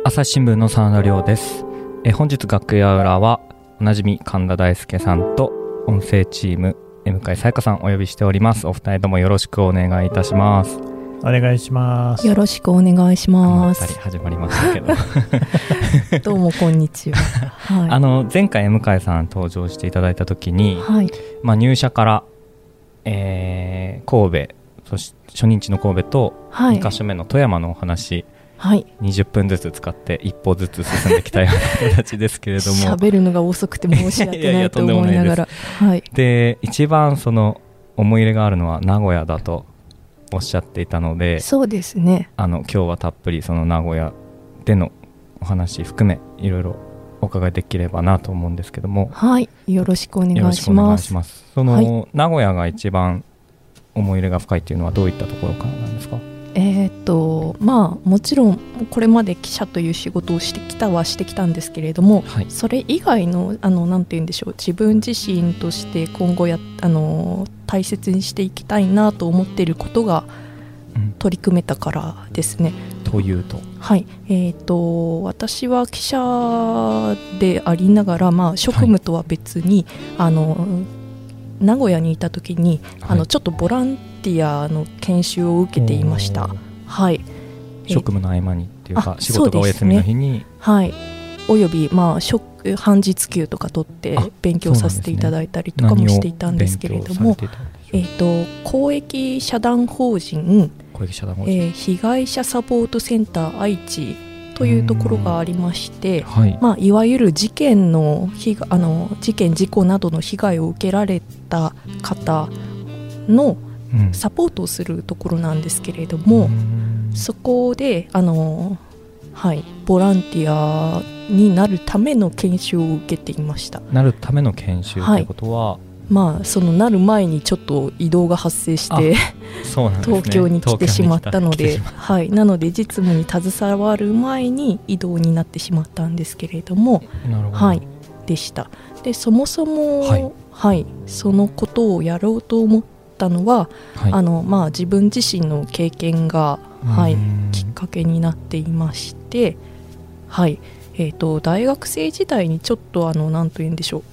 朝日新聞の真田亮です。本日楽屋裏はおなじみ神田大輔さんと音声チーム向井沙耶香さんお呼びしております。お二人ともよろしくお願いいたします。 お願いします。 よろしくお願いします。 始まりましたけどどうもこんにちは、はい、 前回向井さん登場していただいた時に、 はい、 入社から、神戸、そして初任地の神戸と2カ所目の富山のお話、はい、20分ずつ使って一歩ずつ進んできたような形ですけれども喋るのが遅くて申し訳ないと思いながらはい、 で一番その思い入れがあるのは名古屋だとおっしゃっていたので、 そうですね、 今日はたっぷりその名古屋でのお話含めいろいろお伺いできればなと思うんですけども、 はい、よろしくお願いします。 その、 はい、 名古屋が一番思い入れが深いっていうのはどういったところからなんですか？ もちろんこれまで記者という仕事をしてきたんですけれども、はい、それ以外のなんて言うんでしょう、自分自身として今後大切にしていきたいなと思っていることが取り組めたからですね。 というと、 はい、私は記者でありながら、職務とは別に、はい、名古屋にいた時に、はい、ちょっとボランティアの研修を受けていました。はい、 職務の合間にっていうか仕事がお休みの日に、 ね、はい、および、半日休とか取って勉強させていただいたりとかもしていたんですけれども、公益社団法人被害者サポートセンター愛知というところがありまして、はい、いわゆる事件事故などの被害を受けられた方のサポートをするところなんですけれども、そこではい、ボランティアになるための研修を受けていました。 なるための研修ということは、 はい、そのなる前にちょっと移動が発生してそうなんですね、 東京に来てしまったので、はい、なので実務に携わる前に移動になってしまったんですけれども、はい、でした。でそもそも、はいはい、そのことをやろうと思ったのは、はい、自分自身の経験が、はい、きっかけになっていまして、はい、大学生時代にちょっとなんと言うんでしょう、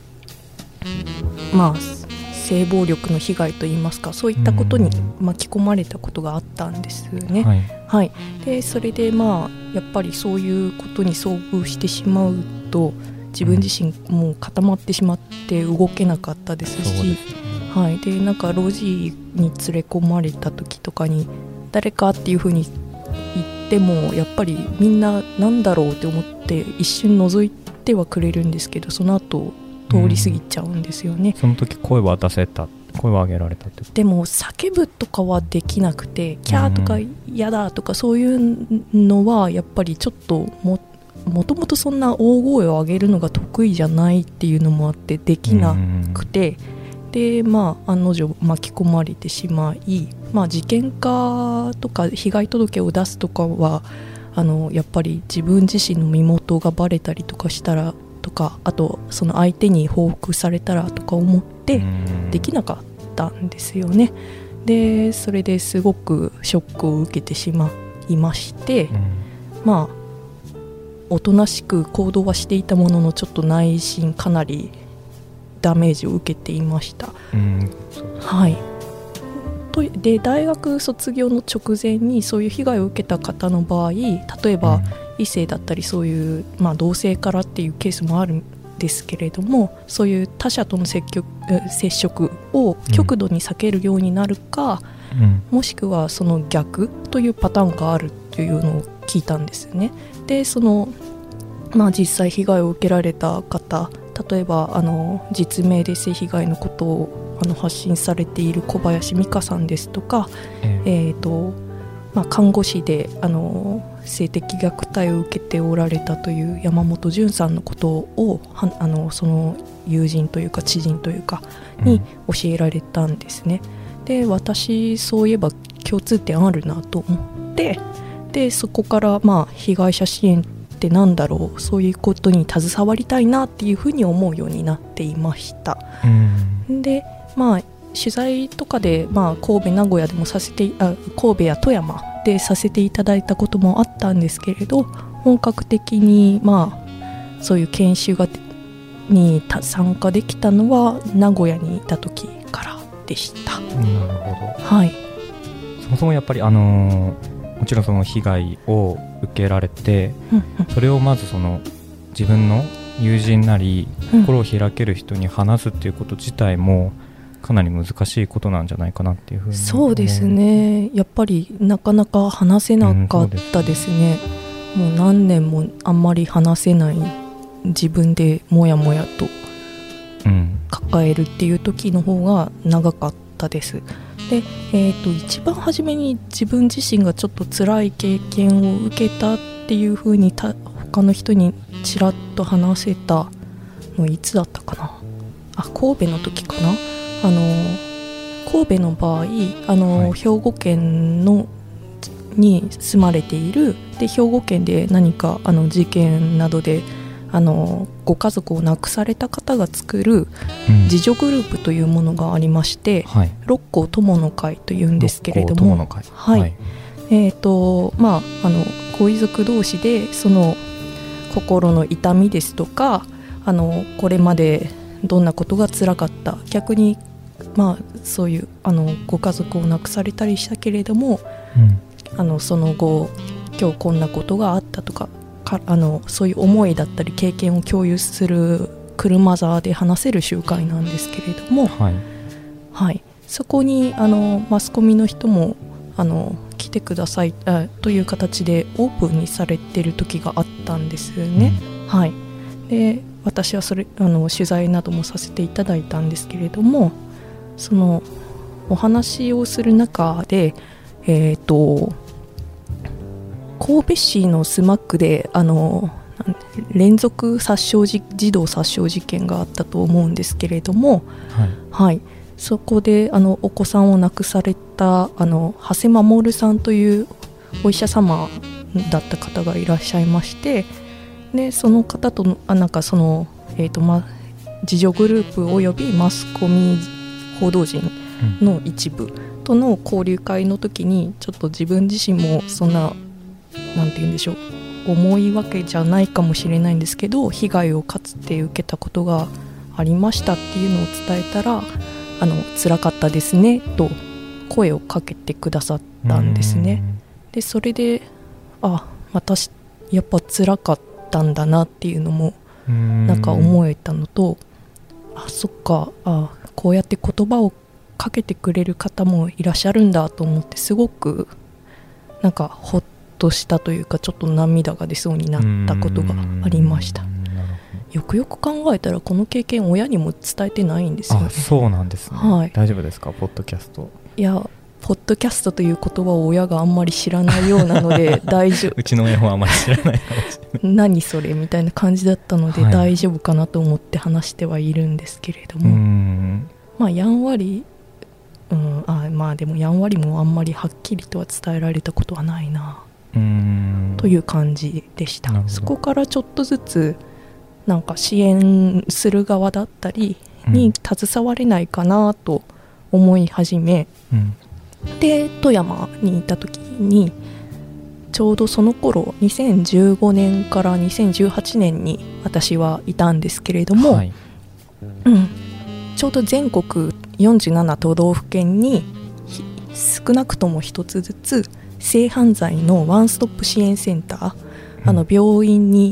性暴力の被害といいますか、そういったことに巻き込まれたことがあったんですね。はいはい、でそれでやっぱりそういうことに遭遇してしまうと自分自身もう固まってしまって動けなかったですし、はい、でなんか路地に連れ込まれた時とかに誰かっていうふうに言ってもやっぱりみんななんだろうって思って一瞬覗いてはくれるんですけど、その後通り過ぎちゃうんですよね。 その時声は上げられたってこと？ でも叫ぶとかはできなくて、キャーとかやだとかそういうのはやっぱりちょっともともとそんな大声を上げるのが得意じゃないっていうのもあってできなくて、で案の定巻き込まれてしまい、事件化とか被害届を出すとかはやっぱり自分自身の身元がバレたりとかしたらとか、あとその相手に報復されたらとか思ってできなかったんですよね。でそれですごくショックを受けてしまいまして、おとなしく行動はしていたもののちょっと内心かなりダメージを受けていました。はい、で大学卒業の直前にそういう被害を受けた方の場合、例えば、異性だったりそういう、同性からっていうケースもあるんですけれども、そういう他者との接触を極度に避けるようになるか、もしくはその逆というパターンがあるというのを聞いたんですね。で実際被害を受けられた方、例えば実名で性被害のことを発信されている小林美香さんですとか、看護師で性的虐待を受けておられたという山本潤さんのことをその友人というか知人というかに教えられたんですね。で私そういえば共通点あるなと思って、でそこから被害者支援ってなんだろう、そういうことに携わりたいなっていうふうに思うようになっていました。で取材とかで、神戸名古屋でも神戸や富山でさせていただいたこともあったんですけれど、 本格的に、そういう研修に参加できたのは名古屋にいた時からでした。 なるほど。 はい。 そもそもやっぱりもちろんその被害を受けられて、それをまずその自分の友人なり心を開ける人に話すっていうこと自体もかなり難しいことなんじゃないかなっていうふうに。 そうですね。やっぱりなかなか話せなかったですね。もう何年もあんまり話せない自分でもやもやと抱えるっていう時の方が長かったです。で、一番初めに自分自身がちょっと辛い経験を受けたっていう風に他の人にちらっと話せたのいつだったかな。神戸の時かな。神戸の場合兵庫県に住まれているで、兵庫県で何か事件などでご家族を亡くされた方が作る自助グループというものがありまして、六甲友の会というんですけれども、ご遺族同士でその心の痛みですとかこれまでどんなことが辛かった、逆にそういうご家族を亡くされたりしたけれども、その後今日こんなことがあったとかそういう思いだったり経験を共有する車座で話せる集会なんですけれども、そこにマスコミの人も来てくださいという形でオープンにされてる時があったんですね。で私はそれ取材などもさせていただいたんですけれども、そのお話をする中で神戸市のスマックで連続児童殺傷事件があったと思うんですけれども、そこでお子さんを亡くされた長谷守さんというお医者様だった方がいらっしゃいまして、でその方とその、自助グループおよびマスコミ報道陣の一部との交流会の時にちょっと自分自身もそんななんて言うんでしょう、重いわけじゃないかもしれないんですけど被害をかつて受けたことがありましたっていうのを伝えたら辛かったですねと声をかけてくださったんですね。でそれで私やっぱ辛かったんだなっていうのもなんか思えたのと、そっかこうやって言葉をかけてくれる方もいらっしゃるんだと思って、すごくなんかほっとしたというかちょっと涙が出そうになったことがありました。よくよく考えたらこの経験親にも伝えてないんですよね。 そうなんですね。大丈夫ですかポッドキャスト。 いやポッドキャストという言葉を親があんまり知らないようなので大丈夫うちの親もあんまり知らないかもしれない何それみたいな感じだったので、大丈夫かなと思って話してはいるんですけれども、やんわりでもやんわりもあんまりはっきりとは伝えられたことはないなという感じでした。そこからちょっとずつなんか支援する側だったりに携われないかなと思い始め、で富山にいた時にちょうどその頃2015年から2018年に私はいたんですけれども、ちょうど全国47都道府県に少なくとも一つずつ性犯罪のワンストップ支援センター、病院に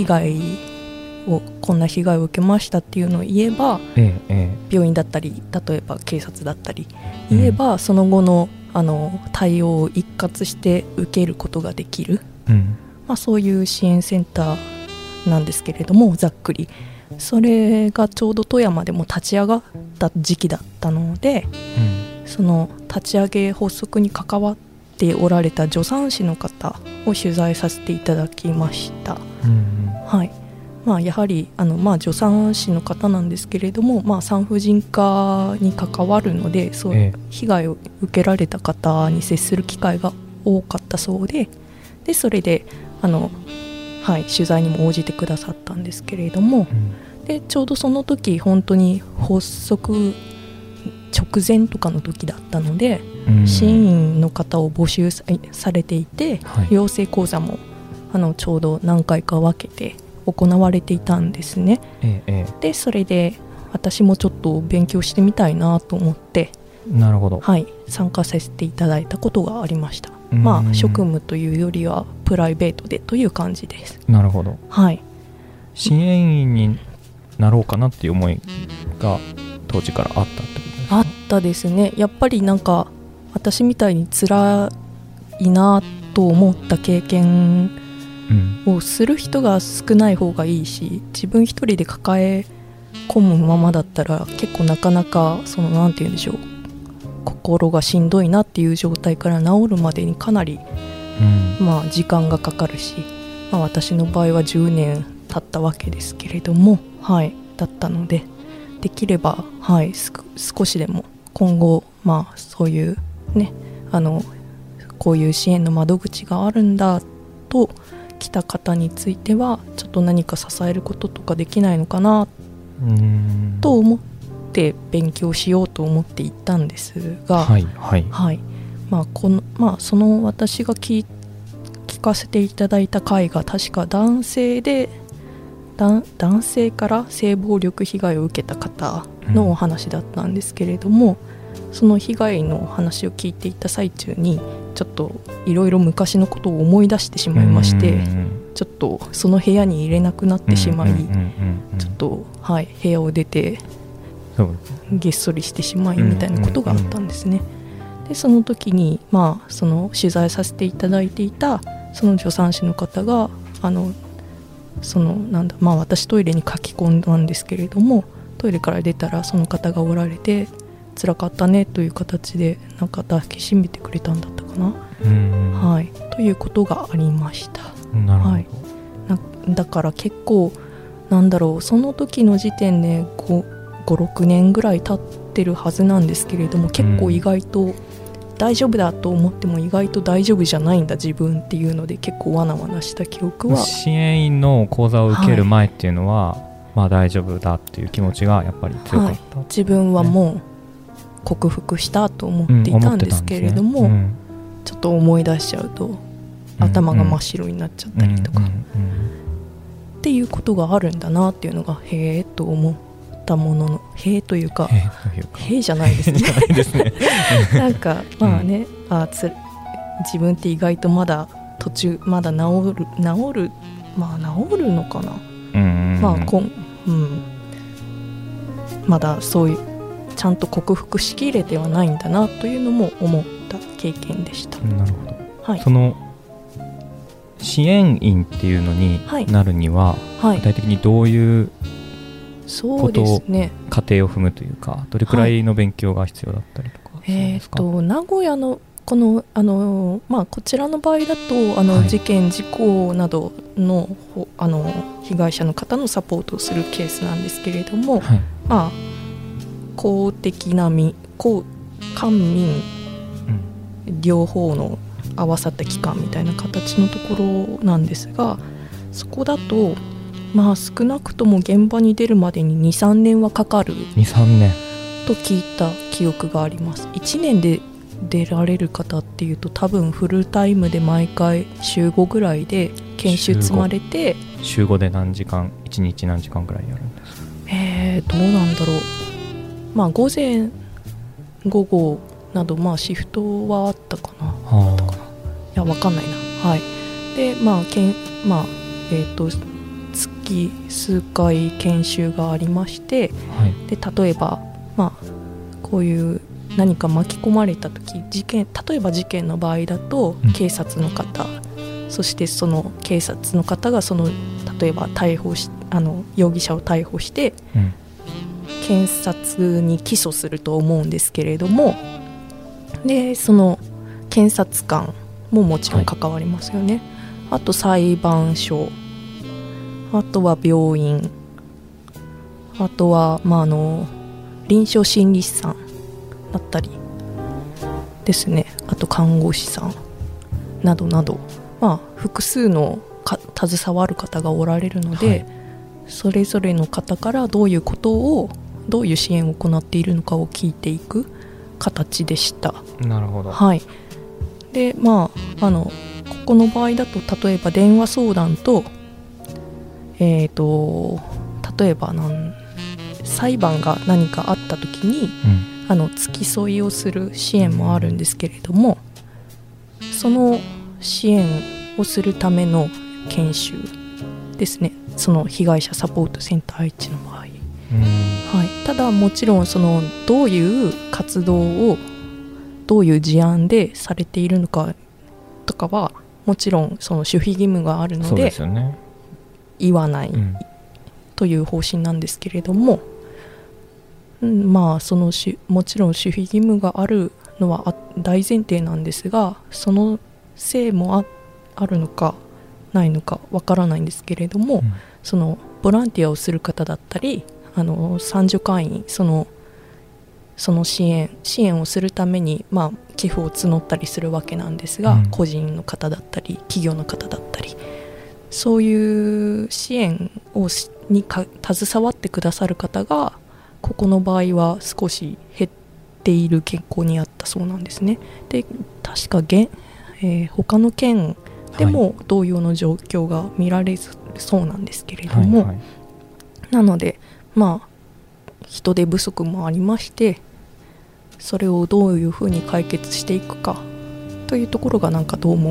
こんな被害を受けましたっていうのを言えば、病院だったり例えば警察だったり言えば、その後の対応を一括して受けることができる、そういう支援センターなんですけれども、ざっくりそれがちょうど富山でも立ち上がった時期だったので、その立ち上げ発足に関わっておられた助産師の方を取材させていただきました。やはり助産師の方なんですけれども、産婦人科に関わるので、そういう被害を受けられた方に接する機会が多かったそうで、それで取材にも応じてくださったんですけれども、でちょうどその時本当に発足直前とかの時だったので、支援員の方を募集されていて、養成講座もちょうど何回か分けて行われていたんですね。でそれで私もちょっと勉強してみたいなと思って、 なるほど、 はい、参加させていただいたことがありました。職務というよりはプライベートでという感じです。 なるほど、 はい、 支援員になろうかなっていう思いが当時からあったってことですか？ あったですね。やっぱりなんか私みたいに辛いなと思った経験をする人が少ない方がいいし、自分一人で抱え込むままだったら結構なかなかなんて言うんでしょう、心がしんどいなっていう状態から治るまでにかなり、時間がかかるし、私の場合は10年経ったわけですけれども、はい、だったのでできれば、はい、少しでも今後、そういうね、こういう支援の窓口があるんだと来た方についてはちょっと何か支えることとかできないのかなと思って勉強しようと思って行ったんですが、その私が聞かせていただいた回が確か男性から性暴力被害を受けた方のお話だったんですけれども、その被害の話を聞いていた最中にちょっといろいろ昔のことを思い出してしまいまして、ちょっとその部屋に入れなくなってしまい、ちょっと、部屋を出てげっそりしてしまいみたいなことがあったんですね。でその時に、その取材させていただいていたその助産師の方が私トイレに書き込んだんですけれども、トイレから出たらその方がおられて、辛かったねという形でなんか抱きしめてくれたんだったかな、ということがありました。だから結構その時の時点で5-6年ぐらい経ってるはずなんですけれども、結構意外と大丈夫だと思っても意外と大丈夫じゃないんだ自分っていうので結構わなわなした記憶は。 支援員の講座を受ける前っていうのは、大丈夫だっていう気持ちがやっぱり強かった、 自分はもう克服したと思っていたんですけれども、ちょっと思い出しちゃうと頭が真っ白になっちゃったりとかっていうことがあるんだなっていうのがへえと思ったものの、へえというかへえじゃないですねなんか自分って意外とまだ途中まだ治るのかな、まだそういうちゃんと克服しきれてはないんだなというのも思った経験でした。 なるほど、その支援員っていうのになるには、具体的にどういうことを、過程を踏むというか、どれくらいの勉強が必要だったりとかするんですか？ 名古屋のこちらの場合だと事件事故などの被害者の方のサポートをするケースなんですけれども、公的な官民両方の合わさった機関みたいな形のところなんですが、そこだと少なくとも現場に出るまでに 2,3 年はかかると聞いた記憶があります。1年で出られる方っていうと多分フルタイムで毎回週5ぐらいで研修積まれて、 週5で何時間、1日何時間ぐらいやるんですか？ どうなんだろう。午前午後などシフトはあったかな、いや分かんないな。で月数回研修がありまして、で例えばこういう何か巻き込まれた時、例えば事件の場合だと警察の方、そしてその警察の方が例えば容疑者を逮捕して、検察に起訴すると思うんですけれども、でその検察官ももちろん関わりますよね、あと裁判所、あとは病院、あとは、臨床心理士さんだったりですね、あと看護師さんなどなど、複数の携わる方がおられるので、それぞれの方からどういう支援を行っているのかを聞いていく形でした。 なるほど。 でここの場合だと例えば電話相談と、例えば裁判が何かあった時に、付き添いをする支援もあるんですけれども、その支援をするための研修ですね、その被害者サポートセンター愛知の場合、はい、ただもちろんどういう活動をどういう事案でされているのかとかはもちろんその守秘義務があるのそうですよね、 言わないという方針なんですけれども、まあもちろん守秘義務があるのは大前提なんですが、そのせいも あるのかないのかわからないんですけれども、そのボランティアをする方だったり賛助会員その支援をするために、寄付を募ったりするわけなんですが、個人の方だったり企業の方だったり、そういう支援に携わってくださる方がここの場合は少し減っている傾向にあったそうなんですね。で確か他の県でも同様の状況が見られるそうなんですけれども、なので人手不足もありまして、それをどういうふうに解決していくかというところがどうも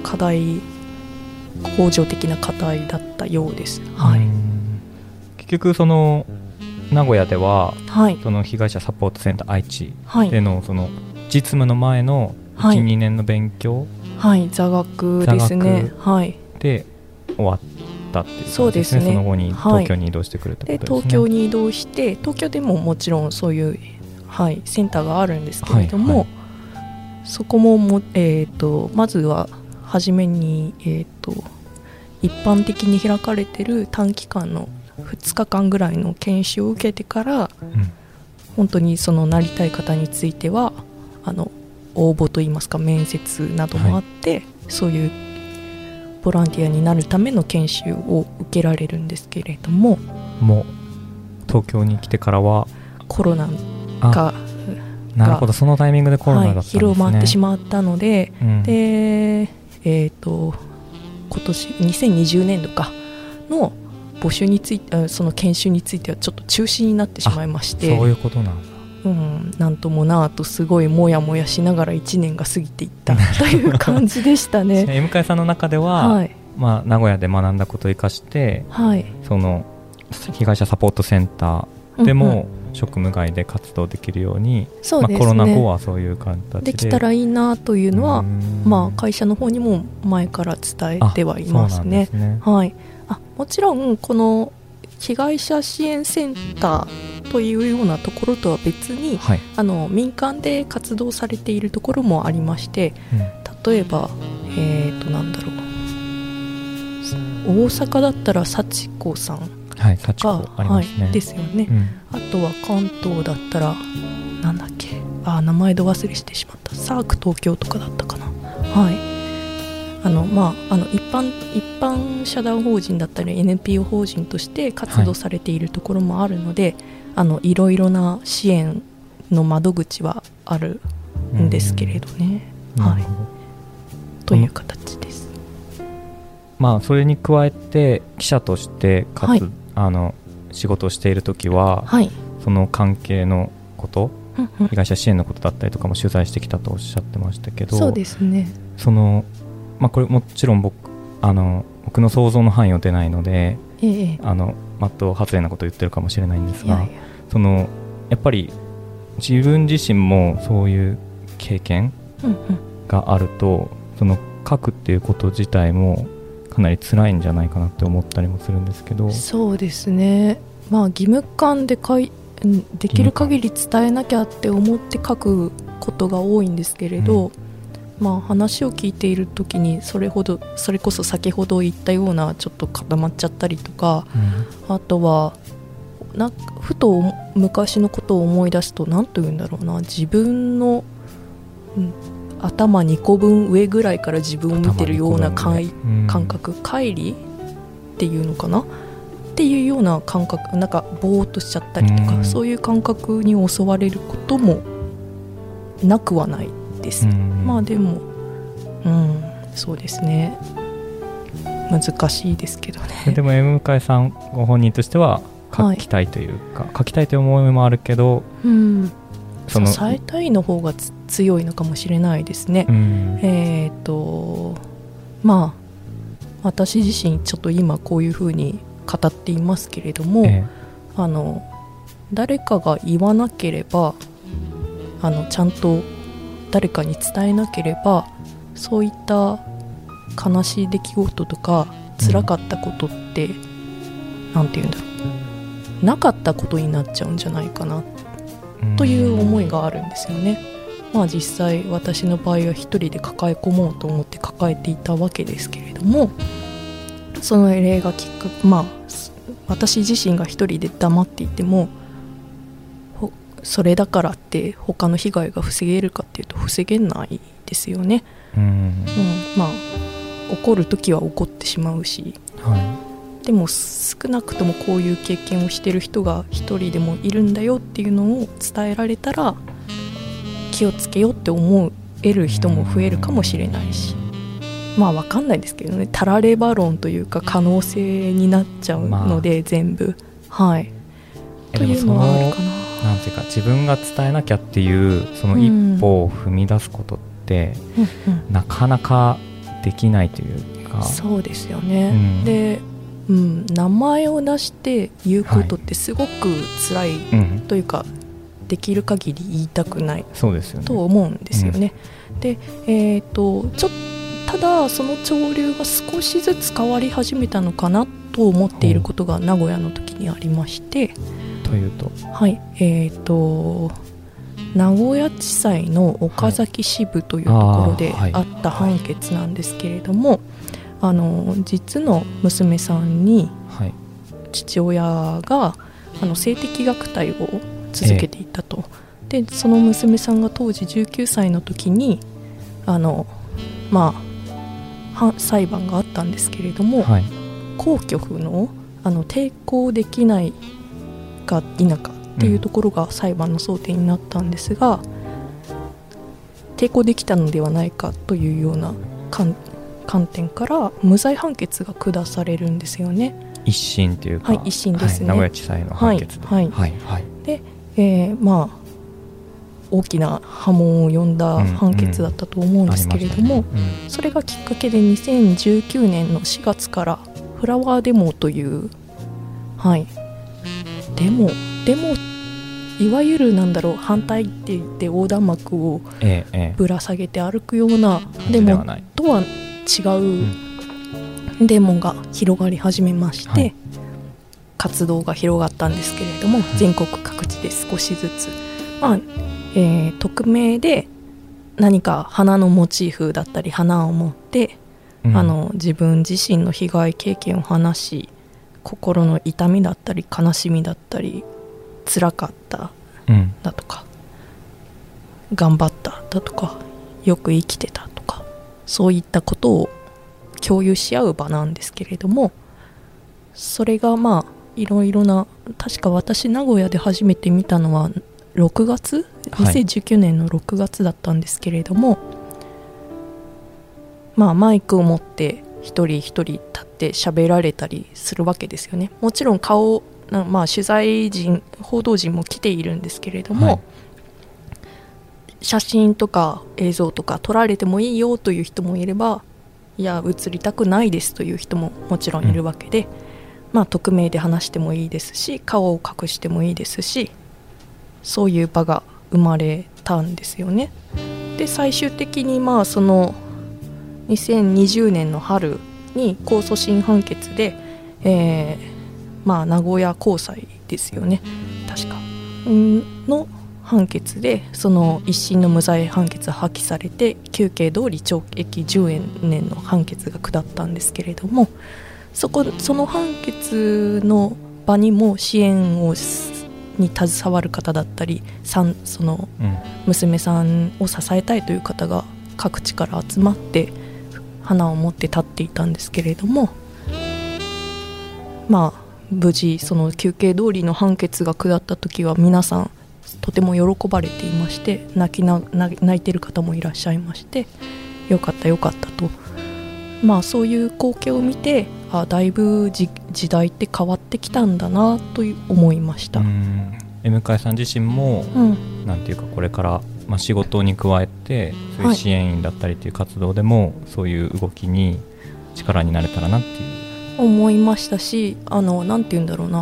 恒常的な課題だったようです。 結局名古屋では、その被害者サポートセンター愛知での、実務の前の 1,2 年の勉強、 座学ですね、 で終わったっていう感じですね。 そうですね。 その後に東京に移動してくるってことですね。 で東京に移動して、東京でももちろんそういう、センターがあるんですけれども、そこもまずは初めに、一般的に開かれている短期間の2日間ぐらいの研修を受けてから、本当になりたい方については応募といいますか面接などもあって、そういうボランティアになるための研修を受けられるんですけれども、 もう東京に来てからはコロナがなるほど、そのタイミングでコロナだったんですね。 広まってしまったので、で今年2020年度かの募集について、その研修についてはちょっと中止になってしまいまして、 そういうことなんだ。 なんともなぁとすごいもやもやしながら1年が過ぎていったという感じでしたね。 向井さんの中では、名古屋で学んだことを生かして、その被害者サポートセンターでも、職務外で活動できるように、コロナ後はそういう形できたらいいなというのは、会社の方にも前から伝えてはいますね。もちろんこの被害者支援センターというようなところとは別に、民間で活動されているところもありまして、例えばなんだろう、大阪だったら幸子さんが、ですよね、あとは関東だったらなんだっけ、名前ど忘れしてしまった、サーク東京とかだったかな。一般社団法人だったり NPO 法人として活動されているところもあるので、いろいろな支援の窓口はあるんですけれどね、という形です。 それに加えて記者として仕事をしているときは、その関係のこと、被害者支援のことだったりとかも取材してきたとおっしゃってましたけど、 そうですね。 これもちろん僕の想像の範囲を出ないので、的外れなことを言ってるかもしれないんですが、やっぱり自分自身もそういう経験があると、書くっていうこと自体もかなり辛いんじゃないかなって思ったりもするんですけど。 そうですね、義務感でできる限り伝えなきゃって思って書くことが多いんですけれど、話を聞いているときにそれこそ先ほど言ったようなちょっと固まっちゃったりとか、あとはふと昔のことを思い出すと、何と言うんだろうな、自分の、頭2個分上ぐらいから自分を見てるような感覚、乖離っていうのかなっていうような感覚、ぼーっとしちゃったりとか、そういう感覚に襲われることもなくはないです。でも、 そうですね、難しいですけどね。 でも向井さんご本人としては書きたいというか、書きたいという思いもあるけど、 支えたいの方が強いのかもしれないですね。まあ私自身ちょっと今こういうふうに語っていますけれども、誰かが言わなければちゃんと誰かに伝えなければ、そういった悲しい出来事とか辛かったことって、なんて言うんだろう、なかったことになっちゃうんじゃないかなという思いがあるんですよね。まあ実際私の場合は一人で抱え込もうと思って抱えていたわけですけれども、その例がきっかけ、私自身が一人で黙っていてもそれだからって他の被害が防げるかっていうと防げないですよね。起こる時は起こってしまうし、でも少なくともこういう経験をしている人が一人でもいるんだよっていうのを伝えられたら、気をつけようって思える人も増えるかもしれないし、分かんないですけどね、たられば論というか可能性になっちゃうので、全部というのはあるかな。 なんていうか、自分が伝えなきゃっていうその一歩を踏み出すことって、なかなかできないというか。 そうですよね、で、名前を出して言うことってすごく辛いというか、できる限り言いたくないと思うんですよね。で、ただその潮流が少しずつ変わり始めたのかなと思っていることが名古屋の時にありまして、 というと、 名古屋地裁の岡崎支部というところであった判決なんですけれども、実の娘さんに父親が性的虐待を続けていたと。でその娘さんが当時19歳の時に裁判があったんですけれども、公拒婦の抵抗できないか否かっていうところが裁判の争点になったんですが、抵抗できたのではないかというような観点から無罪判決が下されるんですよね。 一審というか、 一審ですね、 名古屋地裁の判決で、大きな波紋を呼んだ判決だったと思うんですけれども、それがきっかけで2019年の4月からフラワーデモという、デモいわゆる反対って言って横断幕をぶら下げて歩くようなデモとは違うデモが広がり始めまして、活動が広がったんですけれども、全国各地で少しずつ、匿名で何か花のモチーフだったり花を持って、自分自身の被害経験を話し、心の痛みだったり悲しみだったり辛かっただとか、頑張っただとか、よく生きてたとか、そういったことを共有し合う場なんですけれども、それがいろいろな、確か私名古屋で初めて見たのは6月、2019年の6月だったんですけれども、マイクを持って一人一人立って喋られたりするわけですよね。もちろん取材陣、報道陣も来ているんですけれども、写真とか映像とか撮られてもいいよという人もいれば、いや映りたくないですという人ももちろんいるわけで、匿名で話してもいいですし、顔を隠してもいいですし、そういう場が生まれたんですよね。で最終的にその2020年の春に控訴審判決で、名古屋高裁ですよね、確かの判決で、その一審の無罪判決が破棄されて、求刑通り懲役10年の判決が下ったんですけれども、その判決の場にも支援に携わる方だったり、その娘さんを支えたいという方が各地から集まって花を持って立っていたんですけれども、無事その求刑通りの判決が下った時は皆さんとても喜ばれていまして、泣いている方もいらっしゃいまして、よかったよかったとそういう光景を見てだいぶ時代って変わってきたんだなと思いました。 向井さん自身も、なんていうかこれから、仕事に加えてそういう支援員だったりという活動でも、そういう動きに力になれたらなっていう思いましたし、なんていうんだろうな、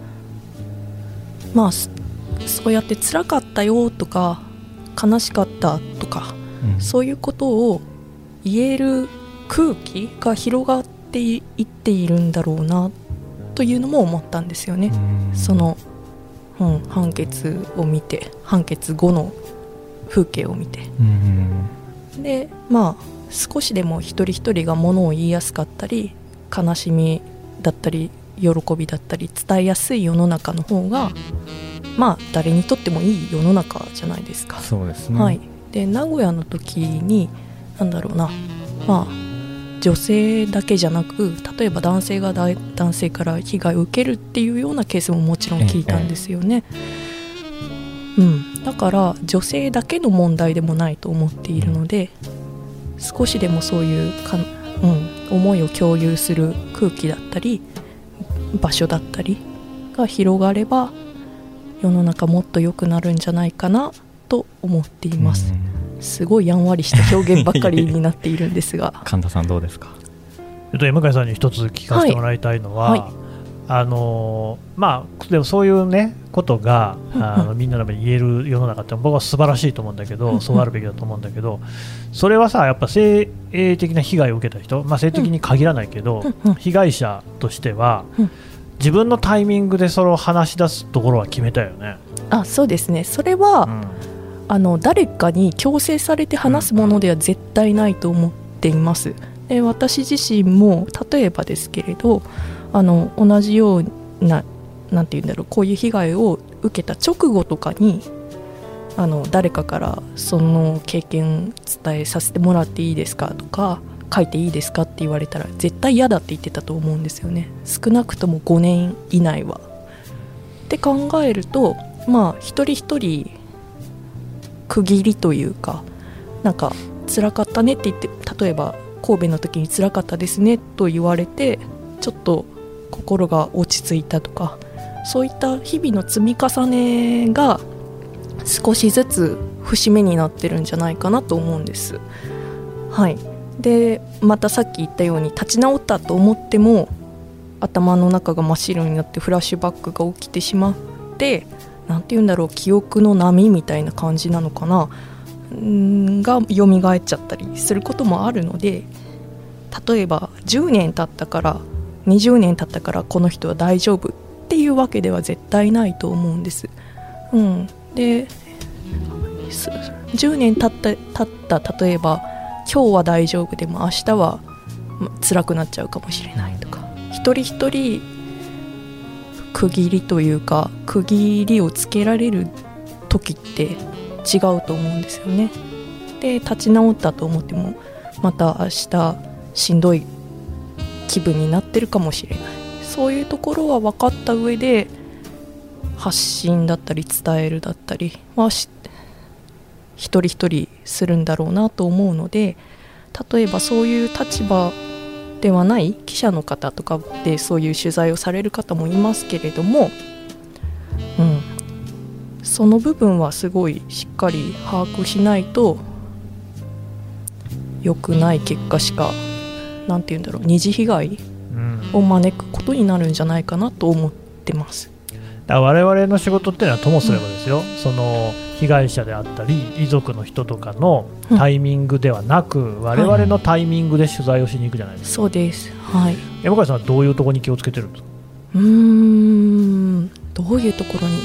そうやって辛かったよとか悲しかったとか、そういうことを言える空気が広がっていっているんだろうなというのも思ったんですよね。その、判決後の風景を見て、で少しでも一人一人がものを言いやすかったり、悲しみだったり喜びだったり伝えやすい世の中の方が誰にとってもいい世の中じゃないですか。 そうですね。 で名古屋の時になんだろうな、女性だけじゃなく、例えば男性が男性から被害を受けるっていうようなケースももちろん聞いたんですよね。だから女性だけの問題でもないと思っているので、少しでもそういう思いを共有する空気だったり場所だったりが広がれば、世の中もっと良くなるんじゃないかなと思っています。すごいやんわりした表現ばっかりになっているんですが神田さんどうですか？ 向井さんに一つ聞かせてもらいたいのは、でもそういうねことがみんなで言える世の中って僕は素晴らしいと思うんだけど、そうあるべきだと思うんだけど、それはさ、やっぱ性的な被害を受けた人、性的に限らないけど、被害者としては自分のタイミングでそれを話し出すところは決めたよね。 そうですね。それは、誰かに強制されて話すものでは絶対ないと思っています。で、私自身も例えばですけれど、同じような、なんていうんだろう、こういう被害を受けた直後とかに誰かからその経験伝えさせてもらっていいですかとか書いていいですかって言われたら絶対嫌だって言ってたと思うんですよね。少なくとも5年以内はって考えると、一人一人区切りというか、なんか辛かったねって言って、例えば神戸の時に辛かったですねと言われてちょっと心が落ち着いたとか、そういった日々の積み重ねが少しずつ節目になってるんじゃないかなと思うんです。でまたさっき言ったように立ち直ったと思っても頭の中が真っ白になってフラッシュバックが起きてしまって、なんていうんだろう、記憶の波みたいな感じなのかなが蘇っちゃったりすることもあるので、例えば10年経ったから20年経ったからこの人は大丈夫っていうわけでは絶対ないと思うんです。で10年経った例えば今日は大丈夫でも明日は辛くなっちゃうかもしれないとか、一人一人区切りというか区切りをつけられる時って違うと思うんですよね。で立ち直ったと思ってもまた明日しんどい気分になってるかもしれない。そういうところは分かった上で発信だったり伝えるだったりは一人一人するんだろうなと思うので、例えばそういう立場ではない記者の方とかでそういう取材をされる方もいますけれども、その部分はすごいしっかり把握しないと良くない結果しか、なんていうんだろう、二次被害を招くことになるんじゃないかなと思ってます。 だから我々の仕事っていうのはともすればですよ、その被害者であったり遺族の人とかのタイミングではなく、我々のタイミングで取材をしに行くじゃないですか。 そうです。 山川さんはどういうところに気をつけてるんですか？ どういうところに、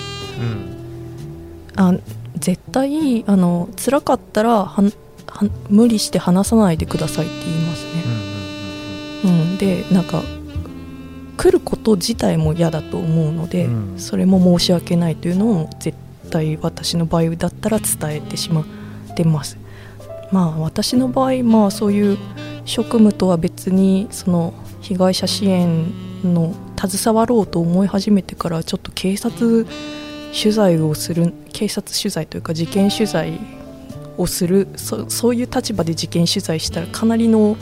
絶対辛かったら無理して話さないでくださいって言いますね。でなんか来ること自体も嫌だと思うので、それも申し訳ないというのを絶対私の場合だったら伝えてしまってます。私の場合、そういう職務とは別にその被害者支援の携わろうと思い始めてからちょっと警察取材というか事件取材をする、そういう立場で事件取材したらかなりの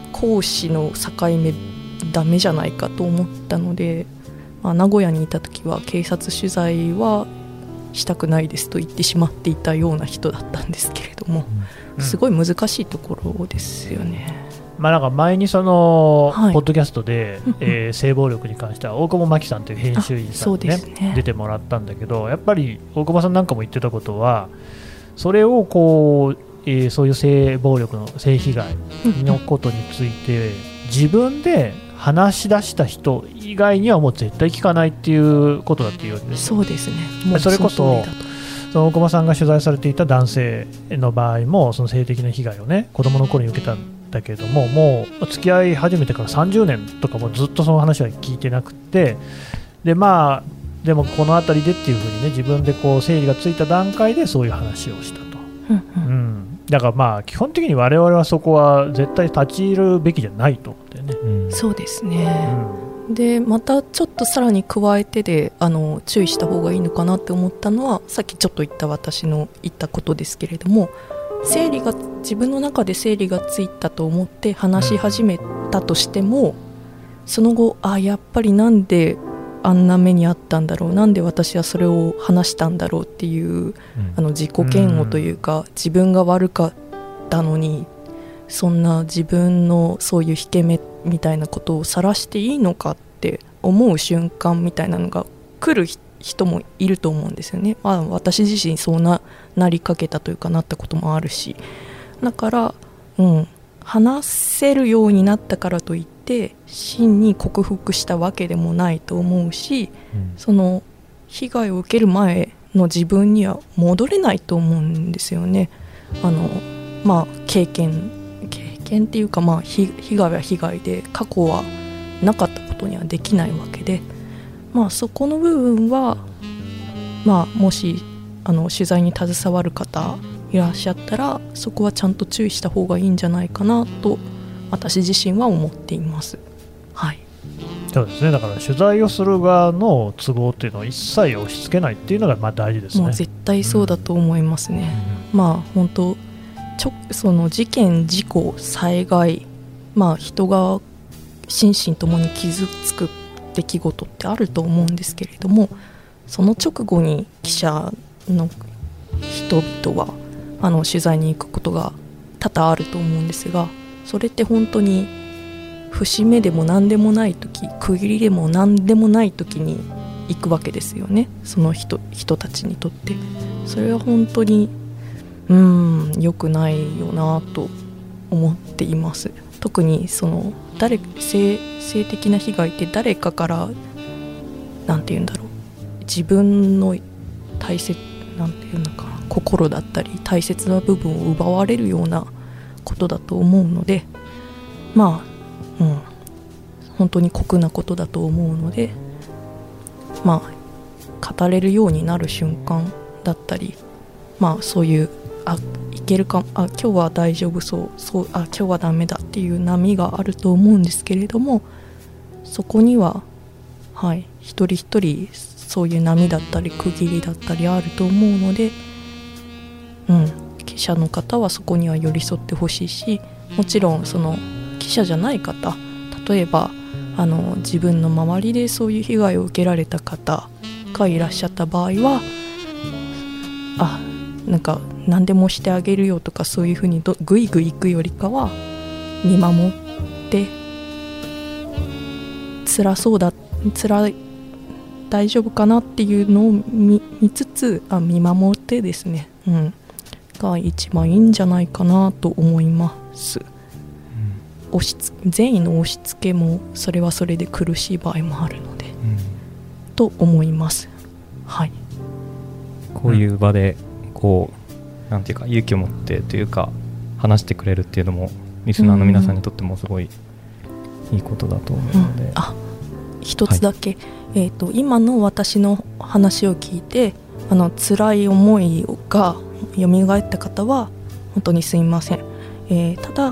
公私の境目ダメじゃないかと思ったので、名古屋にいた時は警察取材はしたくないですと言ってしまっていたような人だったんですけれども、すごい難しいところですよね。 なんか前にそのポッドキャストで、性暴力に関しては大久保真紀さんという編集員さんに、ね、出てもらったんだけど、やっぱり大久保さんなんかも言ってたことは、それをこう、そういう性暴力の性被害のことについて自分で話し出した人以外にはもう絶対聞かないっていうことだっていうわけです。 そうですね。 もうそれこそその大久保さんが取材されていた男性の場合もその性的な被害をね子供の頃に受けたんだけども、もう付き合い始めてから30年とかもずっとその話は聞いてなくて、ででもこの辺りでっていうふうにね自分でこう整理がついた段階でそういう話をしたと、だから基本的に我々はそこは絶対立ち入るべきじゃないと思ってね、 そうですね、でまたちょっとさらに加えてで注意した方がいいのかなって思ったのは、さっきちょっと言った私の言ったことですけれども、自分の中で整理がついたと思って話し始めたとしても、その後やっぱりなんであんな目にあったんだろう、なんで私はそれを話したんだろうっていう、自己嫌悪というか、自分が悪かったのにそんな自分のそういう引け目みたいなことを晒していいのかって思う瞬間みたいなのが来る人もいると思うんですよね。私自身そうなりかけたというかなったこともあるし、だから、話せるようになったからといって真に克服したわけでもないと思うし、その被害を受ける前の自分には戻れないと思うんですよね。経験っていうか、被害は被害で過去はなかったことにはできないわけで、そこの部分は、もし取材に携わる方いらっしゃったらそこはちゃんと注意した方がいいんじゃないかなと私自身は思っています。 そうですね。だから取材をする側の都合っていうのを一切押し付けないっていうのが大事ですね。 もう絶対そうだと思いますね。本当その事件事故災害、人が心身ともに傷つく出来事ってあると思うんですけれども、その直後に記者の人々は取材に行くことが多々あると思うんですが、それって本当に節目でも何でもない時、区切りでも何でもない時に行くわけですよね、その人たちにとって。それは本当に良くないよなと思っています。特にその性的な被害って誰かからなんて言うんだろう、自分のなんていうのかな、心だったり大切な部分を奪われるようなことだと思うので、本当に酷なことだと思うので、語れるようになる瞬間だったり、そういういけるか、今日は大丈夫そう、今日はダメだっていう波があると思うんですけれども、そこには一人一人そういう波だったり区切りだったりあると思うので、記者の方はそこには寄り添ってほしいし、もちろんその記者じゃない方、例えば自分の周りでそういう被害を受けられた方がいらっしゃった場合は、なんか何でもしてあげるよとかそういうふうにグイグイ行くよりかは見守って、大丈夫かなっていうのを 見つつ見守ってですね、が一番いいんじゃないかなと思います。善意の押し付けもそれはそれで苦しい場合もあるので、と思います。 こういう場でなんていうか勇気を持ってというか話してくれるっていうのもリスナーの皆さんにとってもすごいいいことだと思うので、 一つだけ、今の私の話を聞いて辛い思いが蘇った方は本当にすみません。ただ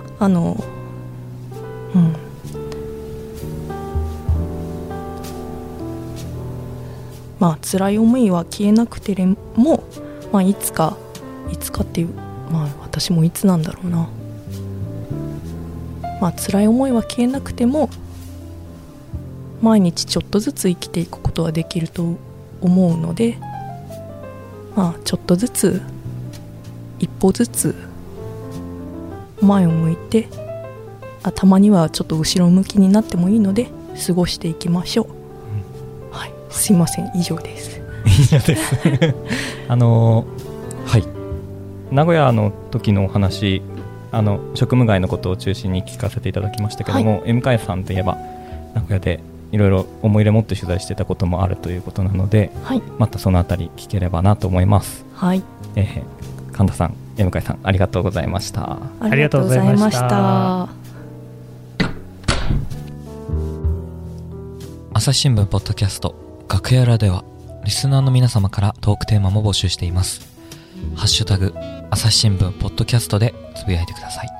辛い思いは消えなくても、いつかっていう、私もいつなんだろうな、 辛い思いは消えなくても毎日ちょっとずつ生きていくことはできると思うので、ちょっとずつ一歩ずつ前を向いて、たまにはちょっと後ろ向きになってもいいので過ごしていきましょう、はい、すいません、以上です。 以上ですはい、名古屋の時のお話、職務外のことを中心に聞かせていただきましたけども、向井さんといえば名古屋でいろいろ思い入れ持って取材してたこともあるということなので、またそのあたり聞ければなと思います。 はい、 神田さん、向井さん、ありがとうございました。 ありがとうございました。 朝日新聞ポッドキャスト楽屋裏ではリスナーの皆様からトークテーマも募集しています。ハッシュタグ朝日新聞ポッドキャストでつぶやいてください。